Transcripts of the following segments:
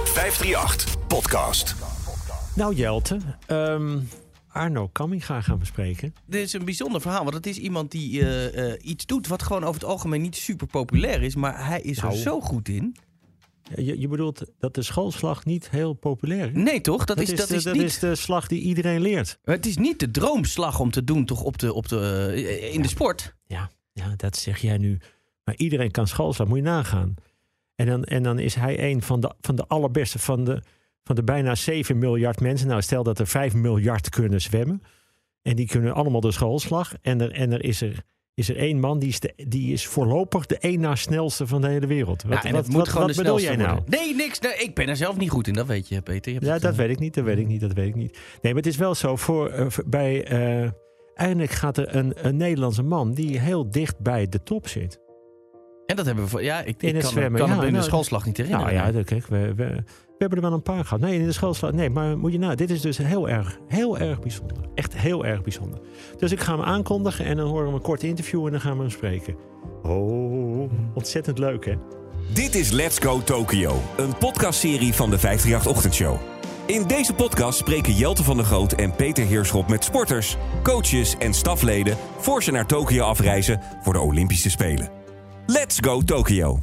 538 podcast. Nou Jelte, Arno Kamminga gaan bespreken. Dit is een bijzonder verhaal, want het is iemand die iets doet wat gewoon over het algemeen niet super populair is, maar hij is er zo goed in. Je bedoelt dat de schoolslag niet heel populair is? Nee, toch? Dat is de slag die iedereen leert. Het is niet de droomslag om te doen toch in de sport. Ja, dat zeg jij nu. Maar iedereen kan schoolslag, moet je nagaan. En dan is hij een van de allerbeste van de bijna 7 miljard mensen. Nou, stel dat er 5 miljard kunnen zwemmen. En die kunnen allemaal de schoolslag. En er is er één man, die is voorlopig de één na snelste van de hele wereld. Wat bedoel jij nou? Nee, niks. Nee, ik ben er zelf niet goed in, dat weet je, Peter. Dat weet ik niet. Nee, maar het is wel zo. Eigenlijk gaat er een Nederlandse man die heel dicht bij de top zit. En dat hebben we ik in het zwemmen. Kan in de schoolslag niet herinneren. Nou ja, kijk, we hebben er wel een paar gehad. Nee, in de schoolslag. Nee, maar moet je dit is dus heel erg bijzonder. Echt heel erg bijzonder. Dus ik ga hem aankondigen en dan horen we een kort interview en dan gaan we hem spreken. Oh, ontzettend leuk, hè? Dit is Let's Go Tokyo, een podcastserie van de 538-ochtendshow. In deze podcast spreken Jelte van der Groot en Peter Heerschop met sporters, coaches en stafleden voor ze naar Tokio afreizen voor de Olympische Spelen. Let's Go Tokyo.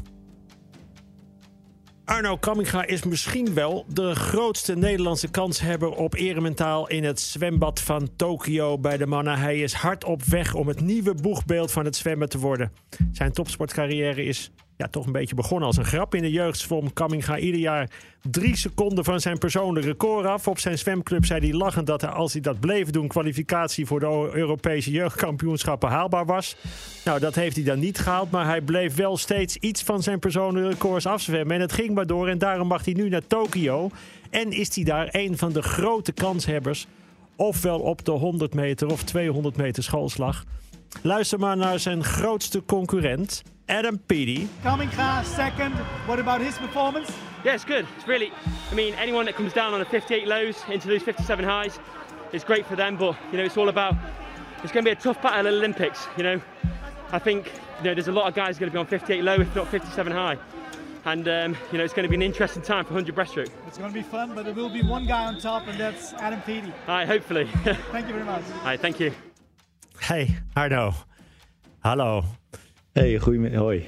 Arno Kamminga is misschien wel de grootste Nederlandse kanshebber op erementaal in het zwembad van Tokio bij de mannen. Hij is hard op weg om het nieuwe boegbeeld van het zwemmen te worden. Zijn topsportcarrière is toch een beetje begonnen als een grap. In de jeugd zwom Kamminga ieder jaar 3 seconden van zijn persoonlijke record af. Op zijn zwemclub zei hij lachend dat als hij dat bleef doen, kwalificatie voor de Europese jeugdkampioenschappen haalbaar was. Nou, dat heeft hij dan niet gehaald, maar hij bleef wel steeds iets van zijn persoonlijke records afzwemmen. En het ging maar door en daarom mag hij nu naar Tokio. En is hij daar een van de grote kanshebbers, ofwel op de 100 meter of 200 meter schoolslag. Luister maar naar zijn grootste concurrent, Adam Peaty. Kamminga second. What about his performance? Yeah, it's good. It's really, anyone that comes down on the 58 lows into those 57 highs, it's great for them. But it's all about. It's going to be a tough battle at the Olympics. I think there's a lot of guys going to be on 58 low, if not 57 high, and it's going to be an interesting time for 100 breaststroke. It's going to be fun, but there will be one guy on top, and that's Adam Peaty. Hi, hopefully. Thank you very much. Hi, thank you. Hey, Arno. Hallo. Hey, hoi.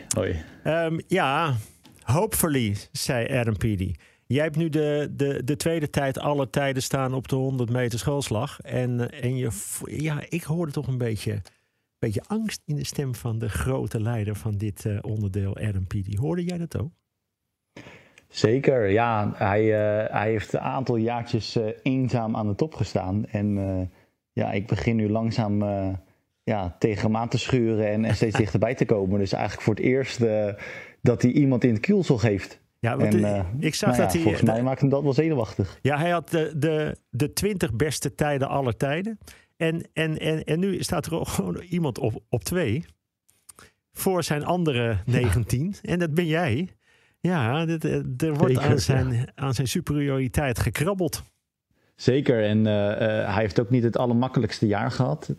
Hopefully, zei Adam Peaty. Jij hebt nu de tweede tijd alle tijden staan op de 100 meter schoolslag. En ik hoorde toch een beetje angst in de stem van de grote leider van dit onderdeel, Adam Peaty. Hoorde jij dat ook? Zeker, ja. Hij heeft een aantal jaartjes eenzaam aan de top gestaan. En ik begin nu langzaam tegen hem aan te schuren en steeds dichterbij te komen. Dus eigenlijk voor het eerst dat hij iemand in het kielzog heeft. Ja, want ik zag dat hij. Volgens mij maakt hem dat wel zenuwachtig. Ja, hij had de 20 beste tijden aller tijden. En nu staat er ook gewoon iemand op 2. Voor zijn andere 19. Ja. En dat ben jij. Ja, er wordt aan zijn superioriteit gekrabbeld. Zeker. En hij heeft ook niet het allermakkelijkste jaar gehad.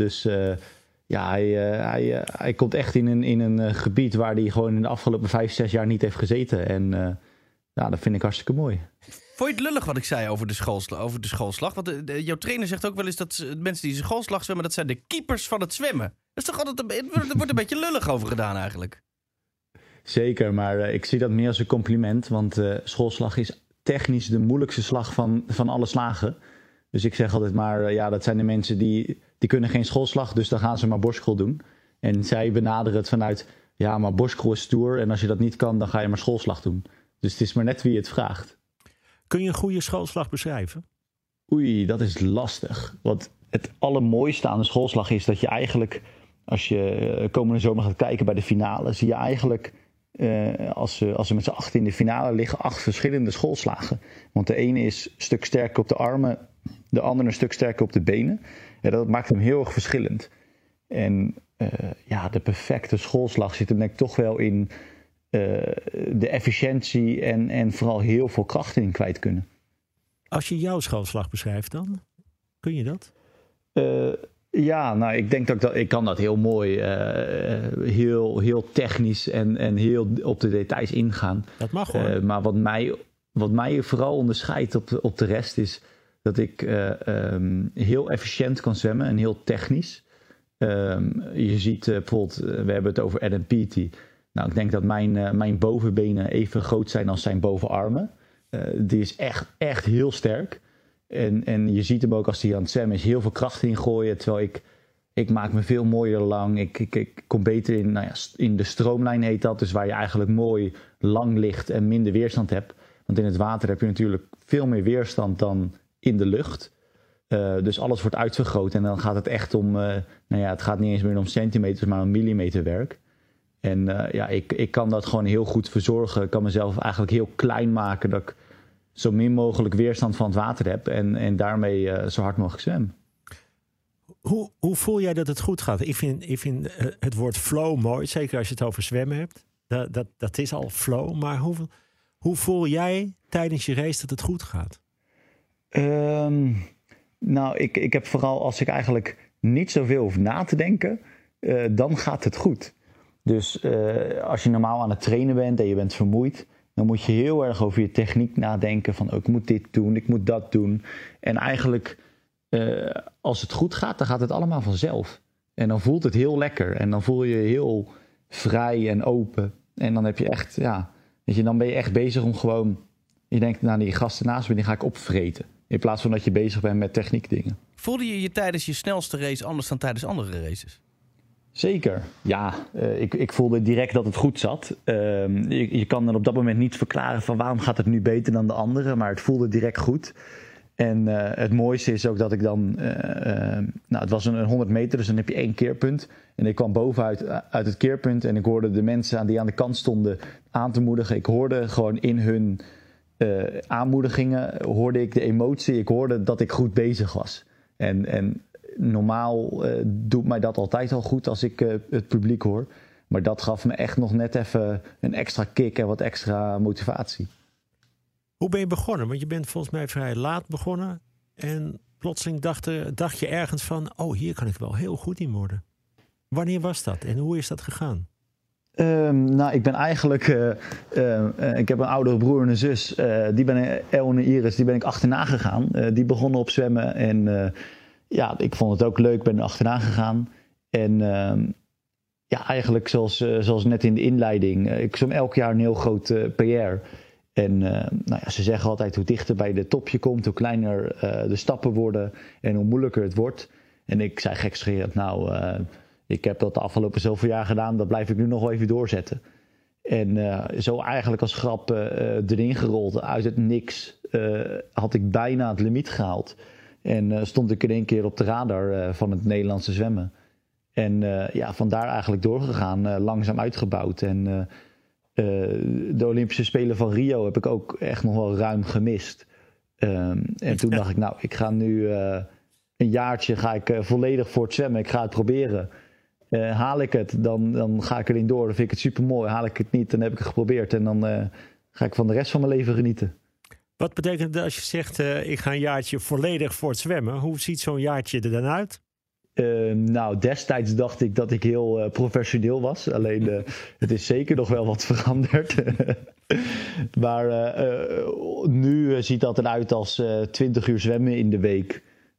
Hij komt echt in een gebied waar hij gewoon in de afgelopen 5-6 jaar niet heeft gezeten. En dat vind ik hartstikke mooi. Vond je het lullig wat ik zei over de schoolslag? Want jouw trainer zegt ook wel eens dat mensen die schoolslag zwemmen, dat zijn de keepers van het zwemmen. Dat is toch altijd er wordt een beetje lullig over gedaan eigenlijk. Zeker, maar ik zie dat meer als een compliment. Want schoolslag is technisch de moeilijkste slag van alle slagen. Dus ik zeg altijd maar, dat zijn de mensen die kunnen geen schoolslag, dus dan gaan ze maar borstcrawl doen. En zij benaderen het vanuit, maar borstcrawl is stoer en als je dat niet kan, dan ga je maar schoolslag doen. Dus het is maar net wie het vraagt. Kun je een goede schoolslag beschrijven? Oei, dat is lastig. Want het allermooiste aan de schoolslag is dat je eigenlijk, als je komende zomer gaat kijken bij de finale, zie je eigenlijk, als ze met z'n 8 in de finale liggen, 8 verschillende schoolslagen. Want de ene is een stuk sterker op de armen, de andere een stuk sterker op de benen. Ja, dat maakt hem heel erg verschillend. En de perfecte schoolslag zit hem denk ik toch wel in de efficiëntie en vooral heel veel kracht in kwijt kunnen. Als je jouw schoolslag beschrijft dan, kun je dat? Ik denk dat ik kan dat heel mooi, heel technisch en heel op de details ingaan. Dat mag hoor. Maar wat mij wat mij vooral onderscheidt op de rest is dat ik heel efficiënt kan zwemmen en heel technisch. Je ziet bijvoorbeeld, we hebben het over Adam Peaty. Nou, ik denk dat mijn bovenbenen even groot zijn als zijn bovenarmen. Die is echt heel sterk. En je ziet hem ook als hij aan het zwemmen is heel veel kracht ingooien. Terwijl ik maak me veel mooier lang. Ik kom beter in de stroomlijn heet dat. Dus waar je eigenlijk mooi lang ligt en minder weerstand hebt. Want in het water heb je natuurlijk veel meer weerstand dan in de lucht. Dus alles wordt uitvergroot. En dan gaat het echt om, het gaat niet eens meer om centimeters, maar om millimeterwerk. En ik kan dat gewoon heel goed verzorgen. Ik kan mezelf eigenlijk heel klein maken dat ik zo min mogelijk weerstand van het water heb. En daarmee zo hard mogelijk zwem. Hoe voel jij dat het goed gaat? Ik vind het woord flow mooi, zeker als je het over zwemmen hebt. Dat is al flow, maar hoe voel jij tijdens je race dat het goed gaat? Ik heb vooral als ik eigenlijk niet zoveel hoef na te denken, dan gaat het goed. Dus als je normaal aan het trainen bent en je bent vermoeid, dan moet je heel erg over je techniek nadenken van ik moet dit doen, ik moet dat doen. En eigenlijk als het goed gaat, dan gaat het allemaal vanzelf. En dan voelt het heel lekker en dan voel je je heel vrij en open. En dan heb je echt, dan ben je echt bezig om gewoon, je denkt die gasten naast me, die ga ik opvreten. In plaats van dat je bezig bent met techniekdingen. Voelde je je tijdens je snelste race anders dan tijdens andere races? Zeker, ja. Ik voelde direct dat het goed zat. Je kan dan op dat moment niet verklaren van waarom gaat het nu beter dan de anderen. Maar het voelde direct goed. En het mooiste is ook dat ik dan... het was een 100 meter, dus dan heb je 1 keerpunt. En ik kwam bovenuit uit het keerpunt. En ik hoorde de mensen die aan de kant stonden aan te moedigen. Ik hoorde gewoon in hun aanmoedigingen, hoorde ik de emotie. Ik hoorde dat ik goed bezig was. En normaal doet mij dat altijd al goed als ik het publiek hoor. Maar dat gaf me echt nog net even een extra kick en wat extra motivatie. Hoe ben je begonnen? Want je bent volgens mij vrij laat begonnen. En plotseling dacht je ergens van, hier kan ik wel heel goed in worden. Wanneer was dat en hoe is dat gegaan? Ik ben eigenlijk... ik heb een oudere broer en een zus. El en Iris, die ben ik achterna gegaan. Die begonnen op zwemmen en... ik vond het ook leuk, ben er achterna gegaan. En eigenlijk zoals net in de inleiding. Ik zwem elk jaar een heel groot PR. En ze zeggen altijd hoe dichter bij de top je komt, hoe kleiner de stappen worden en hoe moeilijker het wordt. En ik zei gekscherend, ik heb dat de afgelopen zoveel jaar gedaan, dat blijf ik nu nog wel even doorzetten. En zo eigenlijk als grap erin gerold, uit het niks, had ik bijna het limiet gehaald. En stond ik in 1 keer op de radar van het Nederlandse zwemmen. En vandaar eigenlijk doorgegaan, langzaam uitgebouwd. En de Olympische Spelen van Rio heb ik ook echt nog wel ruim gemist. En toen dacht ik, ik ga nu een jaartje volledig voor het zwemmen. Ik ga het proberen. Haal ik het, dan ga ik erin door. Dan vind ik het super mooi. Haal ik het niet, dan heb ik het geprobeerd. En dan ga ik van de rest van mijn leven genieten. Wat betekent dat als je zegt, ik ga een jaartje volledig voor het zwemmen? Hoe ziet zo'n jaartje er dan uit? Destijds dacht ik dat ik heel professioneel was. Alleen het is zeker nog wel wat veranderd. Maar nu ziet dat eruit als 20 uur zwemmen in de week.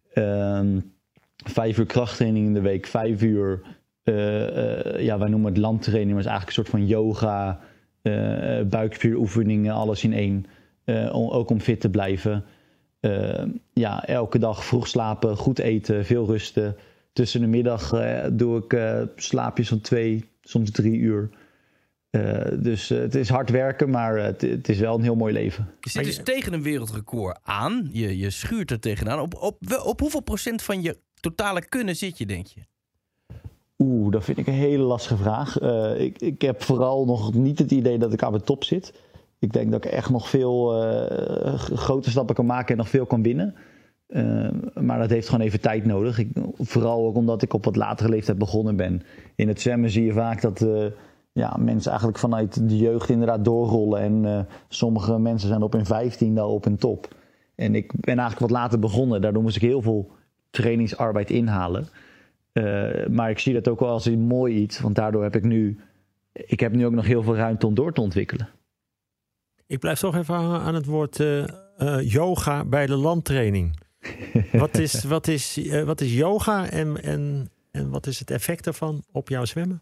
5 uur krachttraining in de week. 5 uur, wij noemen het landtraining. Maar het is eigenlijk een soort van yoga, buikspieroefeningen, alles in één. Ook om fit te blijven. Elke dag vroeg slapen, goed eten, veel rusten. Tussen de middag doe ik slaapjes van 2, soms 3 uur. Dus het is hard werken, maar het is wel een heel mooi leven. Je zit dus tegen een wereldrecord aan. Je schuurt er tegenaan. Op hoeveel procent van je totale kunnen zit je, denk je? Dat vind ik een hele lastige vraag. Ik heb vooral nog niet het idee dat ik aan mijn top zit. Ik denk dat ik echt nog veel grote stappen kan maken en nog veel kan winnen. Maar dat heeft gewoon even tijd nodig. Vooral ook omdat ik op wat latere leeftijd begonnen ben. In het zwemmen zie je vaak dat mensen eigenlijk vanuit de jeugd inderdaad doorrollen. En sommige mensen zijn op hun 15 al op hun top. En ik ben eigenlijk wat later begonnen. Daardoor moest ik heel veel trainingsarbeid inhalen. Maar ik zie dat ook wel als een mooi iets. Want daardoor heb ik nu ook nog heel veel ruimte om door te ontwikkelen. Ik blijf toch even hangen aan het woord yoga bij de landtraining. Wat is yoga en wat is het effect daarvan op jouw zwemmen?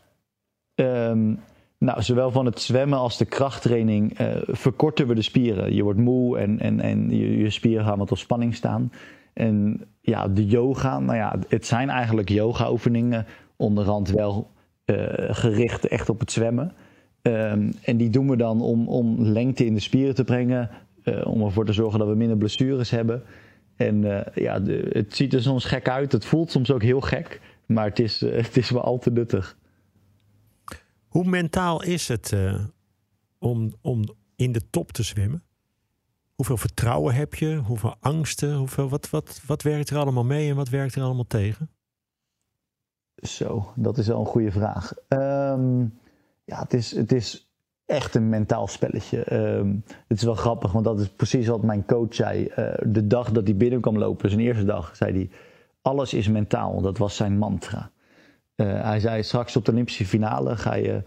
Zowel van het zwemmen als de krachttraining verkorten we de spieren. Je wordt moe en je spieren gaan wat op spanning staan. En ja, de yoga, het zijn eigenlijk yoga-oefeningen. Onderhand wel gericht echt op het zwemmen. En die doen we dan om lengte in de spieren te brengen. Om ervoor te zorgen dat we minder blessures hebben. En het ziet er soms gek uit. Het voelt soms ook heel gek. Maar het is wel al te nuttig. Hoe mentaal is het om in de top te zwemmen? Hoeveel vertrouwen heb je? Hoeveel angsten? Wat werkt er allemaal mee en wat werkt er allemaal tegen? Zo, dat is wel een goede vraag. Het is echt een mentaal spelletje. Het is wel grappig, want dat is precies wat mijn coach zei. De dag dat hij binnen kwam lopen, zijn eerste dag, zei hij... Alles is mentaal, dat was zijn mantra. Hij zei, straks op de Olympische finale ga je...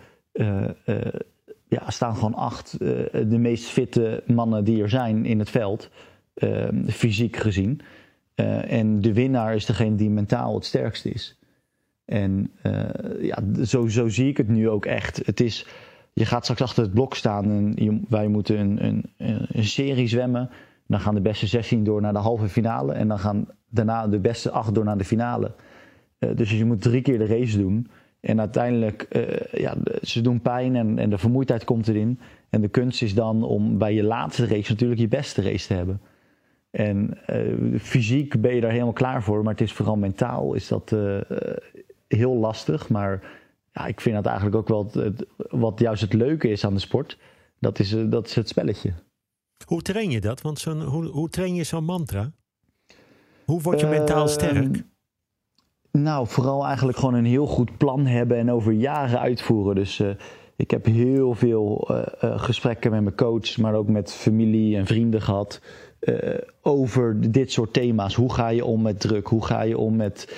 staan gewoon 8 de meest fitte mannen die er zijn in het veld. Fysiek gezien. En de winnaar is degene die mentaal het sterkst is. En zo zie ik het nu ook echt. Het is, je gaat straks achter het blok staan en wij moeten een serie zwemmen. Dan gaan de beste 16 door naar de halve finale. En dan gaan daarna de beste 8 door naar de finale. Dus je moet 3 keer de race doen. En uiteindelijk, ze doen pijn en de vermoeidheid komt erin. En de kunst is dan om bij je laatste race natuurlijk je beste race te hebben. En fysiek ben je daar helemaal klaar voor. Maar het is vooral mentaal is dat heel lastig. Maar ja, ik vind dat eigenlijk ook wel wat juist het leuke is aan de sport. Dat is het spelletje. Hoe train je dat? Want hoe train je zo'n mantra? Hoe word je mentaal sterk? Vooral eigenlijk gewoon een heel goed plan hebben en over jaren uitvoeren. Dus ik heb heel veel gesprekken met mijn coach, maar ook met familie en vrienden gehad. Over dit soort thema's. Hoe ga je om met druk? Hoe ga je om met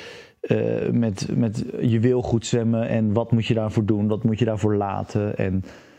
je wil goed zwemmen? En wat moet je daarvoor doen? Wat moet je daarvoor laten? En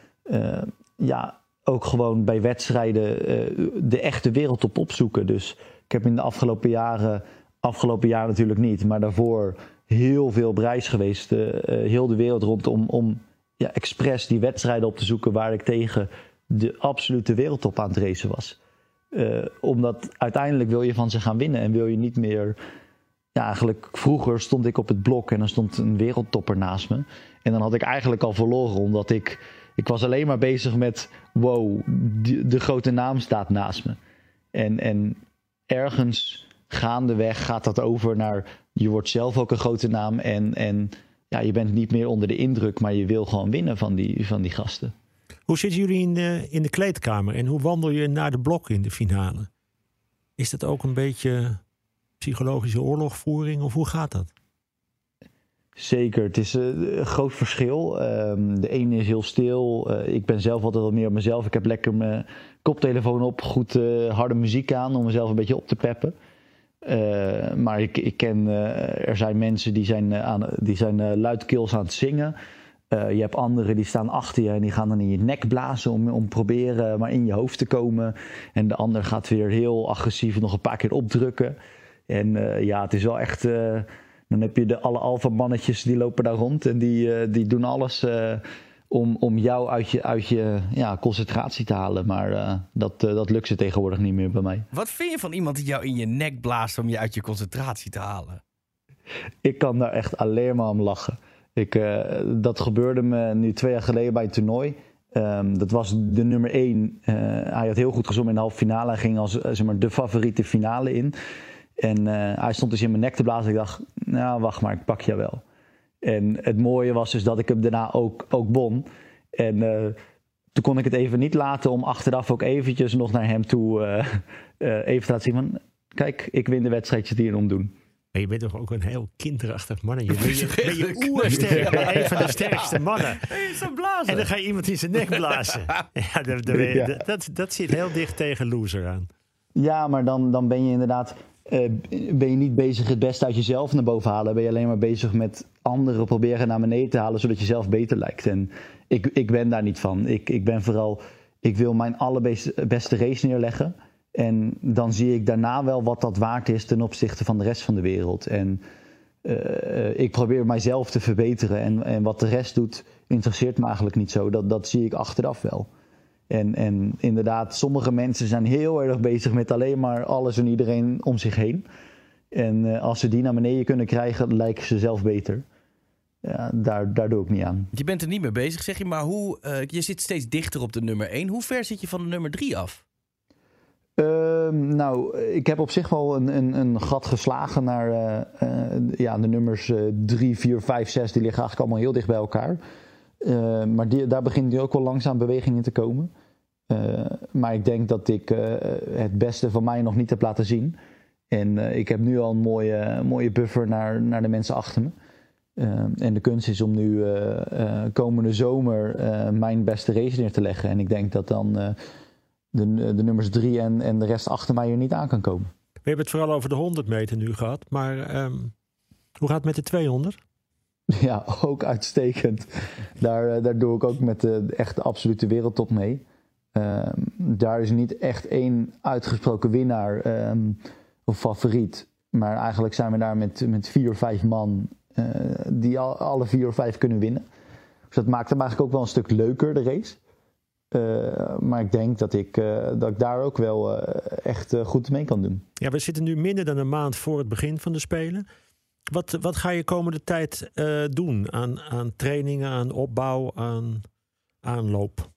ook gewoon bij wedstrijden de echte wereldtop opzoeken. Dus ik heb in de afgelopen jaar natuurlijk niet, maar daarvoor heel veel op reis geweest. Heel de wereld rond om expres die wedstrijden op te zoeken waar ik tegen de absolute wereldtop aan het racen was. Omdat uiteindelijk wil je van ze gaan winnen en wil je niet meer... Ja, eigenlijk vroeger stond ik op het blok en dan stond een wereldtopper naast me. En dan had ik eigenlijk al verloren, omdat ik was alleen maar bezig met... Wow, de grote naam staat naast me. En ergens gaandeweg gaat dat over naar... Je wordt zelf ook een grote naam en je bent niet meer onder de indruk... maar je wil gewoon winnen van die gasten. Hoe zitten jullie in de kleedkamer en hoe wandel je naar de blok in de finale? Is dat ook een beetje psychologische oorlogvoering of hoe gaat dat? Zeker, het is een groot verschil. De ene is heel stil. Ik ben zelf altijd wat meer op mezelf. Ik heb lekker mijn koptelefoon op, goed harde muziek aan om mezelf een beetje op te peppen. Maar ik ken, er zijn mensen die zijn luidkeels aan het zingen. Je hebt anderen die staan achter je en die gaan dan in je nek blazen om proberen maar in je hoofd te komen. En de ander gaat weer heel agressief nog een paar keer opdrukken. En het is wel echt... Dan heb je alle alfamannetjes die lopen daar rond en die doen alles om jou uit je concentratie te halen. Maar dat lukt ze tegenwoordig niet meer bij mij. Wat vind je van iemand die jou in je nek blaast om je uit je concentratie te halen? Ik kan daar echt alleen maar om lachen. Dat gebeurde me nu 2 jaar geleden bij een toernooi. Dat was de nummer 1. Hij had heel goed gezongen in de halve finale. Hij ging als de favoriete finale in. En hij stond dus in mijn nek te blazen. Ik dacht, wacht maar, ik pak je wel. En het mooie was dus dat ik hem daarna ook won. En toen kon ik het even niet laten om achteraf ook eventjes nog naar hem toe even te laten zien van... Kijk, ik win de wedstrijdjes die erom doen. Maar je bent toch ook een heel kinderachtig man. Je ben je oersterk. Een van de sterkste mannen. Blazen. En dan ga je iemand in zijn nek blazen. Dat zit heel dicht tegen loser aan. Ja, maar dan ben je inderdaad... ben je niet bezig het beste uit jezelf naar boven halen. Ben je alleen maar bezig met anderen proberen naar beneden te halen... zodat je zelf beter lijkt. En ik ben daar niet van. Ik ben vooral... ik wil mijn allerbeste race neerleggen. En dan zie ik daarna wel wat dat waard is ten opzichte van de rest van de wereld. En ik probeer mijzelf te verbeteren. En wat de rest doet, interesseert me eigenlijk niet zo. Dat zie ik achteraf wel. En inderdaad, sommige mensen zijn heel erg bezig met alleen maar alles en iedereen om zich heen. En als ze die naar beneden kunnen krijgen, lijken ze zelf beter. Ja, daar doe ik niet aan. Je bent er niet mee bezig, zeg je, maar je zit steeds dichter op de nummer 1. Hoe ver zit je van de nummer 3 af? Ik heb op zich wel een gat geslagen naar de nummers 3, 4, 5, 6. Die liggen eigenlijk allemaal heel dicht bij elkaar. Maar daar begint nu ook wel langzaam beweging in te komen. Maar ik denk dat ik het beste van mij nog niet heb laten zien. En ik heb nu al een mooie buffer naar de mensen achter me. En de kunst is om nu komende zomer mijn beste race neer te leggen. En ik denk dat dan de nummers 3 en de rest achter mij er niet aan kan komen. We hebben het vooral over de 100 meter nu gehad. Maar hoe gaat het met de 200? Ja, ook uitstekend. Daar doe ik ook met de echte absolute wereldtop mee. Daar is niet echt één uitgesproken winnaar of favoriet. Maar eigenlijk zijn we daar met 4 of 5 man die alle 4 of 5 kunnen winnen. Dus dat maakt hem eigenlijk ook wel een stuk leuker, de race. Maar ik denk dat ik daar ook wel echt goed mee kan doen. Ja, we zitten nu minder dan een maand voor het begin van de Spelen. Wat ga je komende tijd doen aan trainingen, aan opbouw, aan aanloop?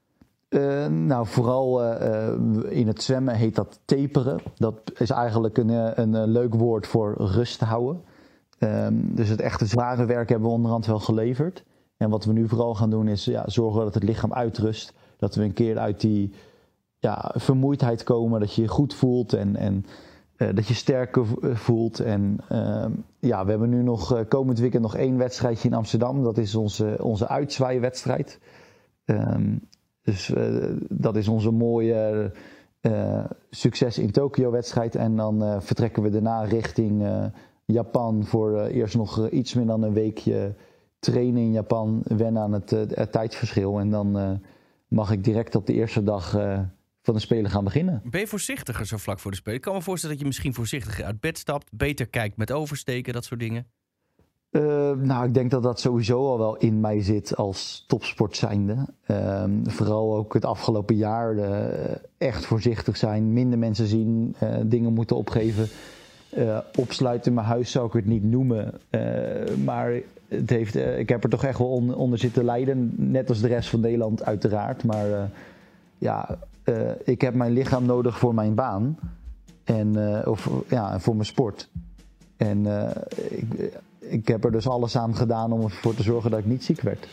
Vooral in het zwemmen heet dat taperen. Dat is eigenlijk een leuk woord voor rust houden. Dus het echte zware werk hebben we onderhand wel geleverd. En wat we nu vooral gaan doen is zorgen dat het lichaam uitrust. Dat we een keer uit die vermoeidheid komen. Dat je je goed voelt en dat je sterker voelt. En we hebben nu nog komend weekend nog 1 wedstrijdje in Amsterdam. Dat is onze uitzwaaiwedstrijd. Dus dat is onze mooie succes in Tokio wedstrijd. En dan vertrekken we daarna richting Japan voor eerst nog iets meer dan een weekje trainen in Japan. Wennen aan het tijdsverschil. En dan mag ik direct op de eerste dag van de Spelen gaan beginnen. Ben je voorzichtiger zo vlak voor de Spelen? Ik kan me voorstellen dat je misschien voorzichtiger uit bed stapt. Beter kijkt met oversteken, dat soort dingen. Ik denk dat sowieso al wel in mij zit als topsport zijnde. Vooral ook het afgelopen jaar echt voorzichtig zijn. Minder mensen zien, dingen moeten opgeven. Opsluiten in mijn huis zou ik het niet noemen. Maar ik heb er toch echt wel onder zitten lijden. Net als de rest van Nederland uiteraard. Maar ik heb mijn lichaam nodig voor mijn baan. En voor mijn sport. En ik heb er dus alles aan gedaan om ervoor te zorgen dat ik niet ziek werd.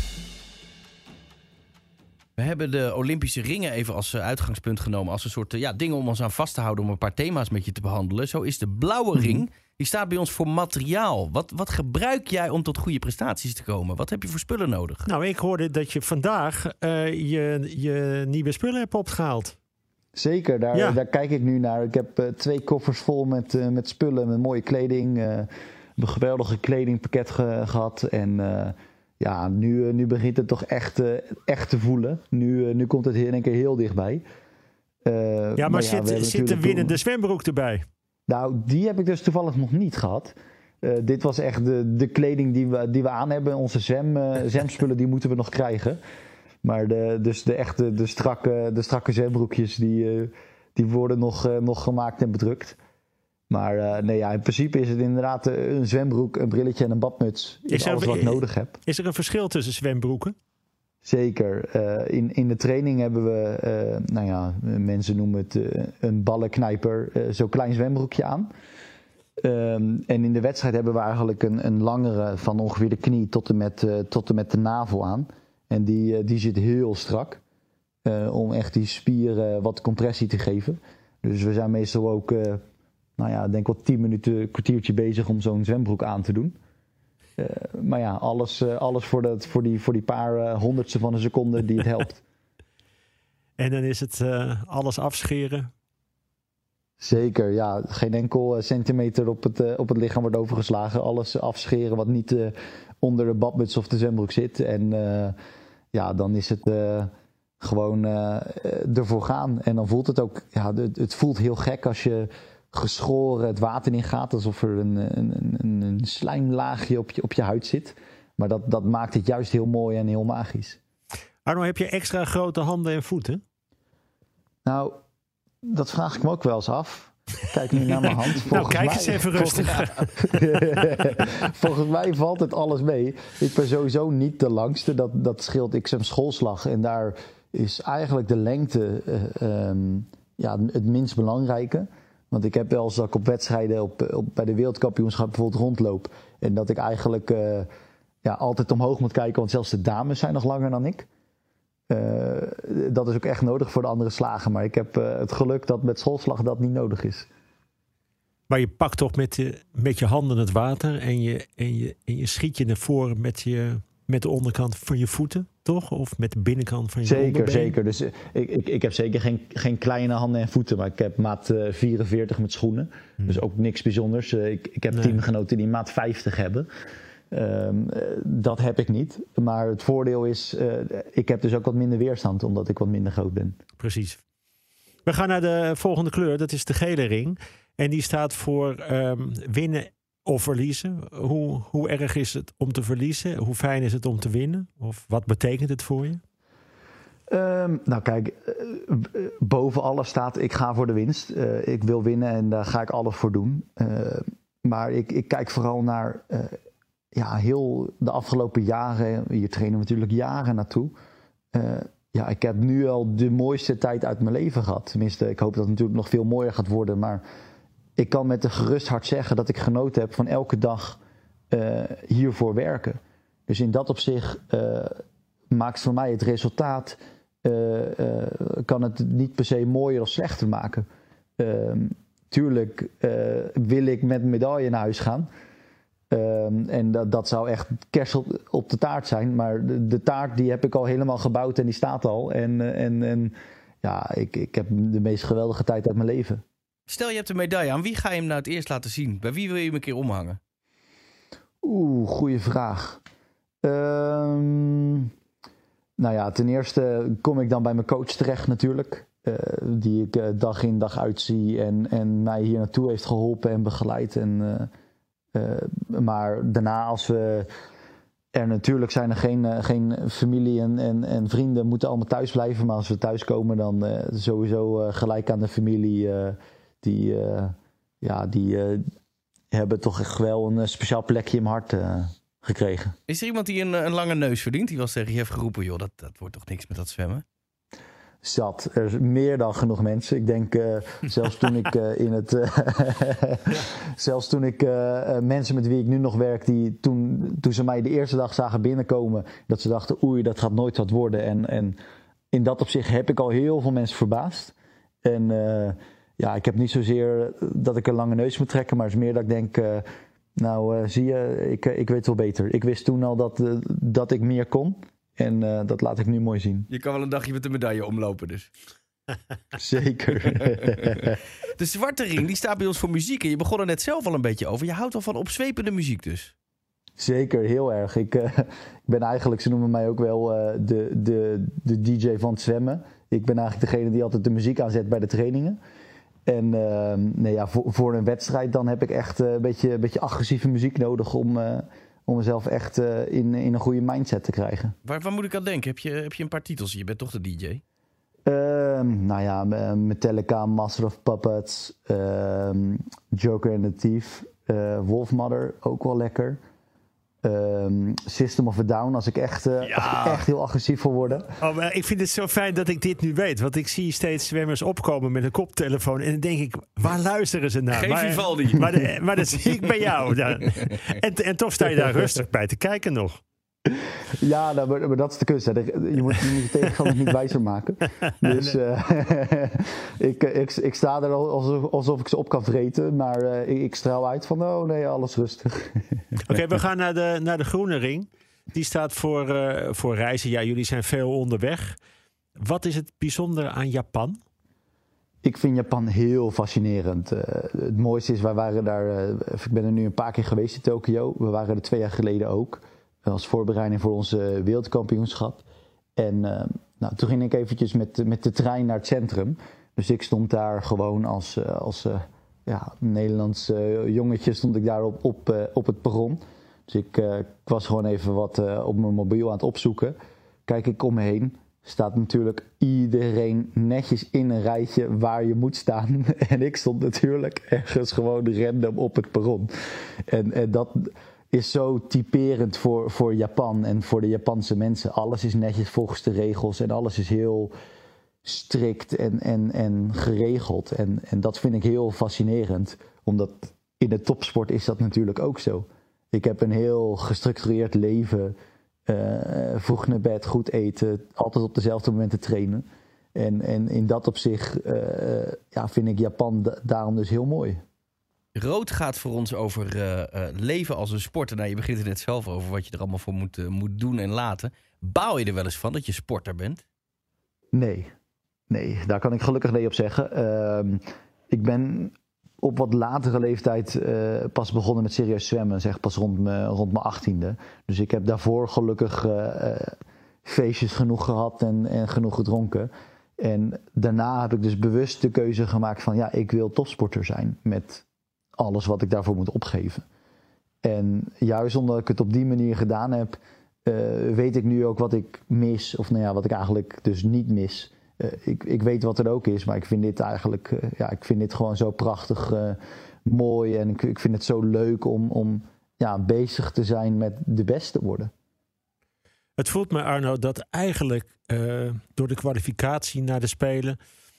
We hebben de Olympische ringen even als uitgangspunt genomen. Als een soort dingen om ons aan vast te houden om een paar thema's met je te behandelen. Zo is de blauwe ring. Die staat bij ons voor materiaal. Wat gebruik jij om tot goede prestaties te komen? Wat heb je voor spullen nodig? Nou, ik hoorde dat je vandaag je nieuwe spullen hebt opgehaald. Zeker, daar kijk ik nu naar. Ik heb 2 koffers vol met spullen, met mooie kleding. Een geweldige kledingpakket gehad. En nu begint het toch echt te voelen. Nu komt het in één keer heel dichtbij. Maar zit de winnende zwembroek erbij? Nou, die heb ik dus toevallig nog niet gehad. Dit was echt de kleding die we aan hebben. Onze zwemspullen die moeten we nog krijgen. Maar de strakke zwembroekjes die worden nog gemaakt en bedrukt. Maar in principe is het inderdaad een zwembroek, een brilletje en een badmuts. Is alles wat ik nodig heb. Is er een verschil tussen zwembroeken? Zeker. In de training hebben we, mensen noemen het een ballenknijper, zo'n klein zwembroekje aan. En in de wedstrijd hebben we eigenlijk een langere van ongeveer de knie tot en met de navel aan. En die zit heel strak. Om echt die spieren wat compressie te geven. Dus we zijn meestal ook, denk wel 10 minuten, een kwartiertje bezig om zo'n zwembroek aan te doen. Alles voor die paar honderdste van een seconde die het helpt. En dan is het alles afscheren? Zeker, ja. Geen enkel centimeter op het lichaam wordt overgeslagen. Alles afscheren wat niet onder de badmuts of de zwembroek zit. En dan is het gewoon ervoor gaan. En dan voelt het ook, het voelt heel gek als je geschoren het water in gaat, alsof er een slijmlaagje op je huid zit. Maar dat maakt het juist heel mooi en heel magisch. Arno, heb je extra grote handen en voeten? Nou, dat vraag ik me ook wel eens af. Kijk nu naar mijn hand. Kijk eens even rustig. Volgens mij valt het alles mee. Ik ben sowieso niet de langste. Dat scheelt. Ik heb schoolslag. En daar is eigenlijk de lengte het minst belangrijke. Want ik heb wel eens dat ik op wedstrijden bij de wereldkampioenschap bijvoorbeeld rondloop. En dat ik eigenlijk altijd omhoog moet kijken. Want zelfs de dames zijn nog langer dan ik. Dat is ook echt nodig voor de andere slagen. Maar ik heb het geluk dat met schoolslag dat niet nodig is. Maar je pakt toch met je handen het water en je schiet je naar voren met de onderkant van je voeten, toch? Of met de binnenkant van je onderbeen? Zeker. Dus ik heb zeker geen kleine handen en voeten. Maar ik heb maat 44 met schoenen. Dus ook niks bijzonders. Ik heb teamgenoten die maat 50 hebben. Dat heb ik niet. Maar het voordeel is, ik heb dus ook wat minder weerstand, omdat ik wat minder groot ben. Precies. We gaan naar de volgende kleur, dat is de gele ring. En die staat voor winnen of verliezen. Hoe erg is het om te verliezen? Hoe fijn is het om te winnen? Of wat betekent het voor je? Nou kijk, boven alles staat, ik ga voor de winst. Ik wil winnen en daar ga ik alles voor doen. Maar ik kijk vooral naar... heel de afgelopen jaren, hier trainen we natuurlijk jaren naartoe. Ik heb nu al de mooiste tijd uit mijn leven gehad. Tenminste, ik hoop dat het natuurlijk nog veel mooier gaat worden. Maar ik kan met een gerust hart zeggen dat ik genoten heb van elke dag hiervoor werken. Dus in dat opzicht maakt voor mij het resultaat... kan het niet per se mooier of slechter maken. Tuurlijk wil ik met een medaille naar huis gaan... en dat zou echt kers op de taart zijn. Maar de taart die heb ik al helemaal gebouwd en die staat al. Ik heb de meest geweldige tijd uit mijn leven. Stel je hebt een medaille. Aan wie ga je hem nou het eerst laten zien? Bij wie wil je hem een keer omhangen? Goeie vraag. Ten eerste kom ik dan bij mijn coach terecht natuurlijk. Die ik dag in dag uit zie en mij hier naartoe heeft geholpen en begeleid. Maar daarna, als we er natuurlijk zijn er geen familie en vrienden moeten allemaal thuis blijven. Maar als we thuis komen, dan sowieso gelijk aan de familie. Die hebben toch echt wel een speciaal plekje in mijn hart gekregen. Is er iemand die een lange neus verdient? Die was tegen je heeft geroepen, joh, dat wordt toch niks met dat zwemmen? Zat. Er is meer dan genoeg mensen. Ik denk zelfs toen ik zelfs toen ik mensen met wie ik nu nog werk, die toen ze mij de eerste dag zagen binnenkomen, dat ze dachten, oei, dat gaat nooit wat worden. En in dat opzicht heb ik al heel veel mensen verbaasd. En ik heb niet zozeer dat ik een lange neus moet trekken, maar het is meer dat ik denk, zie je, ik weet wel beter. Ik wist toen al dat ik meer kon. En dat laat ik nu mooi zien. Je kan wel een dagje met de medaille omlopen dus. Zeker. De zwarte ring die staat bij ons voor muziek. En je begon er net zelf al een beetje over. Je houdt wel van opzwepende muziek dus. Zeker, heel erg. Ik ben eigenlijk, ze noemen mij ook wel de DJ van het zwemmen. Ik ben eigenlijk degene die altijd de muziek aanzet bij de trainingen. En voor een wedstrijd dan heb ik echt een beetje agressieve muziek nodig om mezelf echt in een goede mindset te krijgen. Waar moet ik aan denken? Heb je een paar titels? Je bent toch de DJ? Metallica, Master of Puppets, Joker and the Thief, Wolfmother, ook wel lekker. System of a Down, als ik echt heel agressief wil worden. Oh, maar ik vind het zo fijn dat ik dit nu weet. Want ik zie steeds zwemmers opkomen met een koptelefoon. En dan denk ik, waar luisteren ze naar? Geen Vivaldi. Maar dat zie ik bij jou. En toch sta je daar rustig bij te kijken nog. Ja, maar dat is de kunst. Hè. Je moet je tegenstander niet wijzer maken. Dus ik sta er alsof ik ze op kan vreten. Maar ik straal uit van, oh nee, alles rustig. Oké, we gaan naar de groene ring. Die staat voor reizen. Ja, jullie zijn veel onderweg. Wat is het bijzondere aan Japan? Ik vind Japan heel fascinerend. Het mooiste is, wij waren daar... ik ben er nu een paar keer geweest in Tokio. We waren er 2 jaar geleden ook. Als voorbereiding voor onze wereldkampioenschap. En Nou, toen ging ik eventjes met de trein naar het centrum. Dus ik stond daar gewoon als Nederlands jongetje stond ik daar op het perron. Dus ik was gewoon even wat op mijn mobiel aan het opzoeken. Kijk ik om me heen. Staat natuurlijk iedereen netjes in een rijtje waar je moet staan. En ik stond natuurlijk ergens gewoon random op het perron. En dat is zo typerend voor Japan en voor de Japanse mensen. Alles is netjes volgens de regels en alles is heel strikt en geregeld. En dat vind ik heel fascinerend. Omdat in de topsport is dat natuurlijk ook zo. Ik heb een heel gestructureerd leven. Vroeg naar bed, goed eten, altijd op dezelfde momenten trainen. En in dat opzicht vind ik Japan daarom dus heel mooi. Rood gaat voor ons over leven als een sporter. Nou, je begint er net zelf over wat je er allemaal voor moet doen en laten. Baal je er wel eens van dat je sporter bent? Nee, daar kan ik gelukkig nee op zeggen. Ik ben op wat latere leeftijd pas begonnen met serieus zwemmen. Zeg pas rond mijn 18e. Dus ik heb daarvoor gelukkig feestjes genoeg gehad en genoeg gedronken. En daarna heb ik dus bewust de keuze gemaakt van ik wil topsporter zijn. Met alles wat ik daarvoor moet opgeven. En juist omdat ik het op die manier gedaan heb, weet ik nu ook wat ik mis. Of wat ik eigenlijk dus niet mis. Ik weet wat er ook is, maar ik vind dit eigenlijk ik vind dit gewoon zo prachtig mooi. En ik vind het zo leuk om bezig te zijn met de beste worden. Het voelt me, Arno, dat eigenlijk door de kwalificatie naar de Spelen,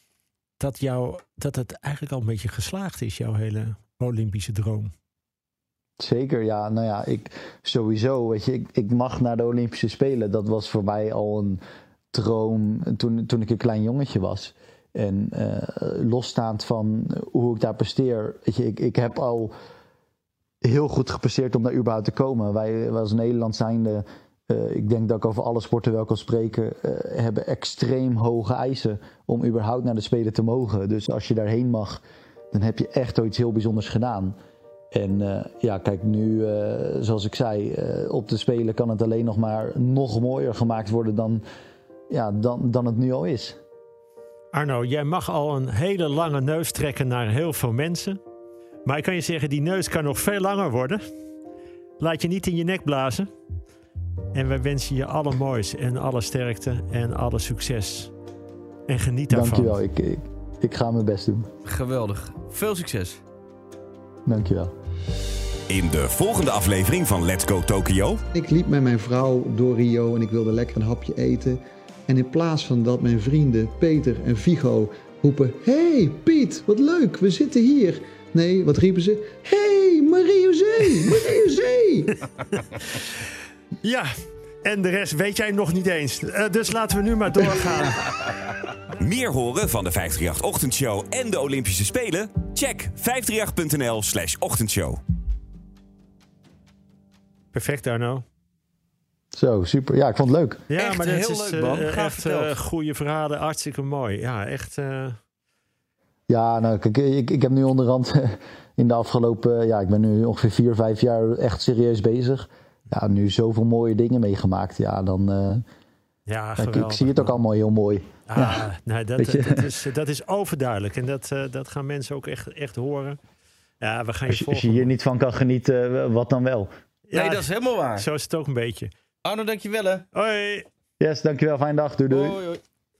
dat het eigenlijk al een beetje geslaagd is, jouw hele Olympische droom. Zeker, ja. Sowieso, weet je, ik mag naar de Olympische Spelen. Dat was voor mij al een droom toen ik een klein jongetje was. En losstaand van hoe ik daar presteer. Weet je, ik heb al heel goed gepresteerd om daar überhaupt te komen. Wij als Nederland zijnde, ik denk dat ik over alle sporten wel kan spreken, hebben extreem hoge eisen om überhaupt naar de Spelen te mogen. Dus als je daarheen mag, dan heb je echt iets heel bijzonders gedaan. En kijk, nu, zoals ik zei, op de Spelen kan het alleen nog maar nog mooier gemaakt worden dan het nu al is. Arno, jij mag al een hele lange neus trekken naar heel veel mensen. Maar ik kan je zeggen, die neus kan nog veel langer worden. Laat je niet in je nek blazen. En wij wensen je alle moois en alle sterkte en alle succes. En geniet daarvan. Dankjewel, ik ga mijn best doen. Geweldig. Veel succes. Dankjewel. In de volgende aflevering van Let's Go Tokyo. Ik liep met mijn vrouw door Rio en ik wilde lekker een hapje eten. En in plaats van dat mijn vrienden Peter en Vigo roepen: "Hey Piet, wat leuk, we zitten hier." Nee, wat riepen ze? "Hey Marie-José, Marie-José." Ja, en de rest weet jij nog niet eens. Dus laten we nu maar doorgaan. Meer horen van de 538-ochtendshow en de Olympische Spelen? Check 538.nl/ochtendshow. Perfect, Arno. Zo, super. Ja, ik vond het leuk. Ja, echt maar dat heel is leuk, man. echt goede verhalen. Hartstikke mooi. Ja, echt. Ja, nou, kijk, ik heb nu onderhand in de afgelopen... ik ben nu ongeveer 4-5 jaar echt serieus bezig. Ja, nu zoveel mooie dingen meegemaakt. Ja, dan... ik zie het ook allemaal heel mooi. Nee, dat is overduidelijk. En dat gaan mensen ook echt horen. Ja, we gaan als je hier niet van kan genieten, wat dan wel? Ja, nee, dat is helemaal waar. Zo is het ook een beetje. Arno, dankjewel hè. Hoi. Yes, dankjewel. Fijne dag. Doei. Hoi.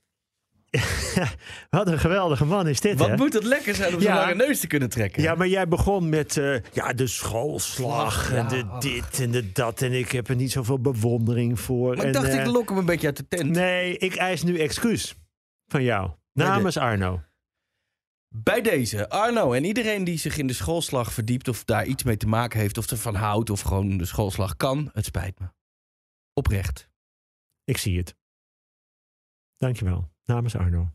Wat een geweldige man is dit, Wat hè? moet het lekker zijn om zo'n lange neus te kunnen trekken. Ja, maar jij begon met de schoolslag en de dit en de dat. En ik heb er niet zoveel bewondering voor. Maar ik dacht, ik lok hem een beetje uit de tent. Nee, ik eis nu excuus van jou. Namens Arno. Bij deze, Arno en iedereen die zich in de schoolslag verdiept... of daar iets mee te maken heeft, of ervan houdt... of gewoon de schoolslag kan, het spijt me. Oprecht. Ik zie het. Dankjewel. Namens Arno.